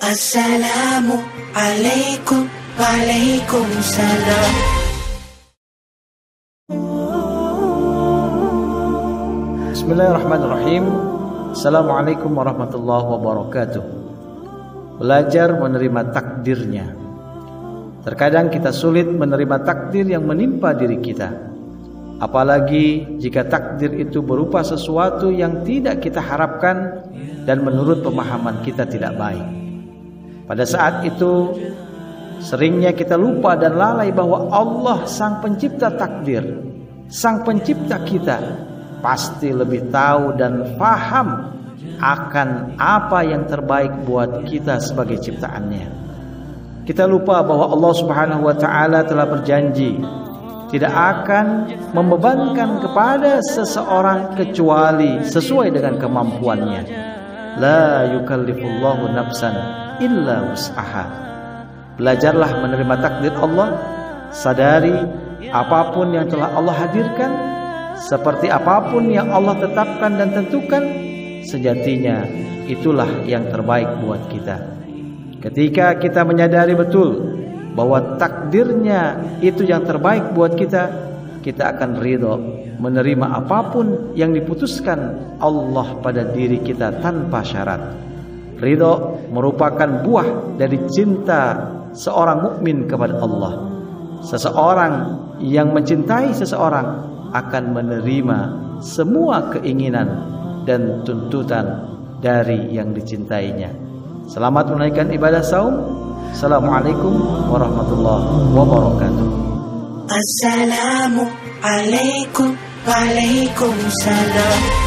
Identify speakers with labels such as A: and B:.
A: Assalamualaikum. Waalaikumsalam.
B: Bismillahirrahmanirrahim. Assalamualaikum warahmatullahi wabarakatuh. Belajar menerima takdirnya. Terkadang kita sulit menerima takdir yang menimpa diri kita, apalagi jika takdir itu berupa sesuatu yang tidak kita harapkan dan menurut pemahaman kita tidak baik. Pada saat itu seringnya kita lupa dan lalai bahwa Allah sang pencipta takdir, sang pencipta kita, pasti lebih tahu dan paham akan apa yang terbaik buat kita sebagai ciptaannya. Kita lupa bahwa Allah Subhanahu wa ta'ala telah berjanji tidak akan membebankan kepada seseorang kecuali sesuai dengan kemampuannya. La yukallifullahu nafsan illa wus'aha. Belajarlah menerima takdir Allah. Sadari apapun yang telah Allah hadirkan, seperti apapun yang Allah tetapkan dan tentukan, sejatinya itulah yang terbaik buat kita. Ketika kita menyadari betul bahwa takdirnya itu yang terbaik buat kita, kita akan ridho menerima apapun yang diputuskan Allah pada diri kita tanpa syarat. Ridho merupakan buah dari cinta seorang mukmin kepada Allah. Seseorang yang mencintai seseorang akan menerima semua keinginan dan tuntutan dari yang dicintainya. Selamat menunaikan ibadah saum. Assalamualaikum warahmatullahi wabarakatuh.
A: Assalamualaikum. Waalaikumsalam.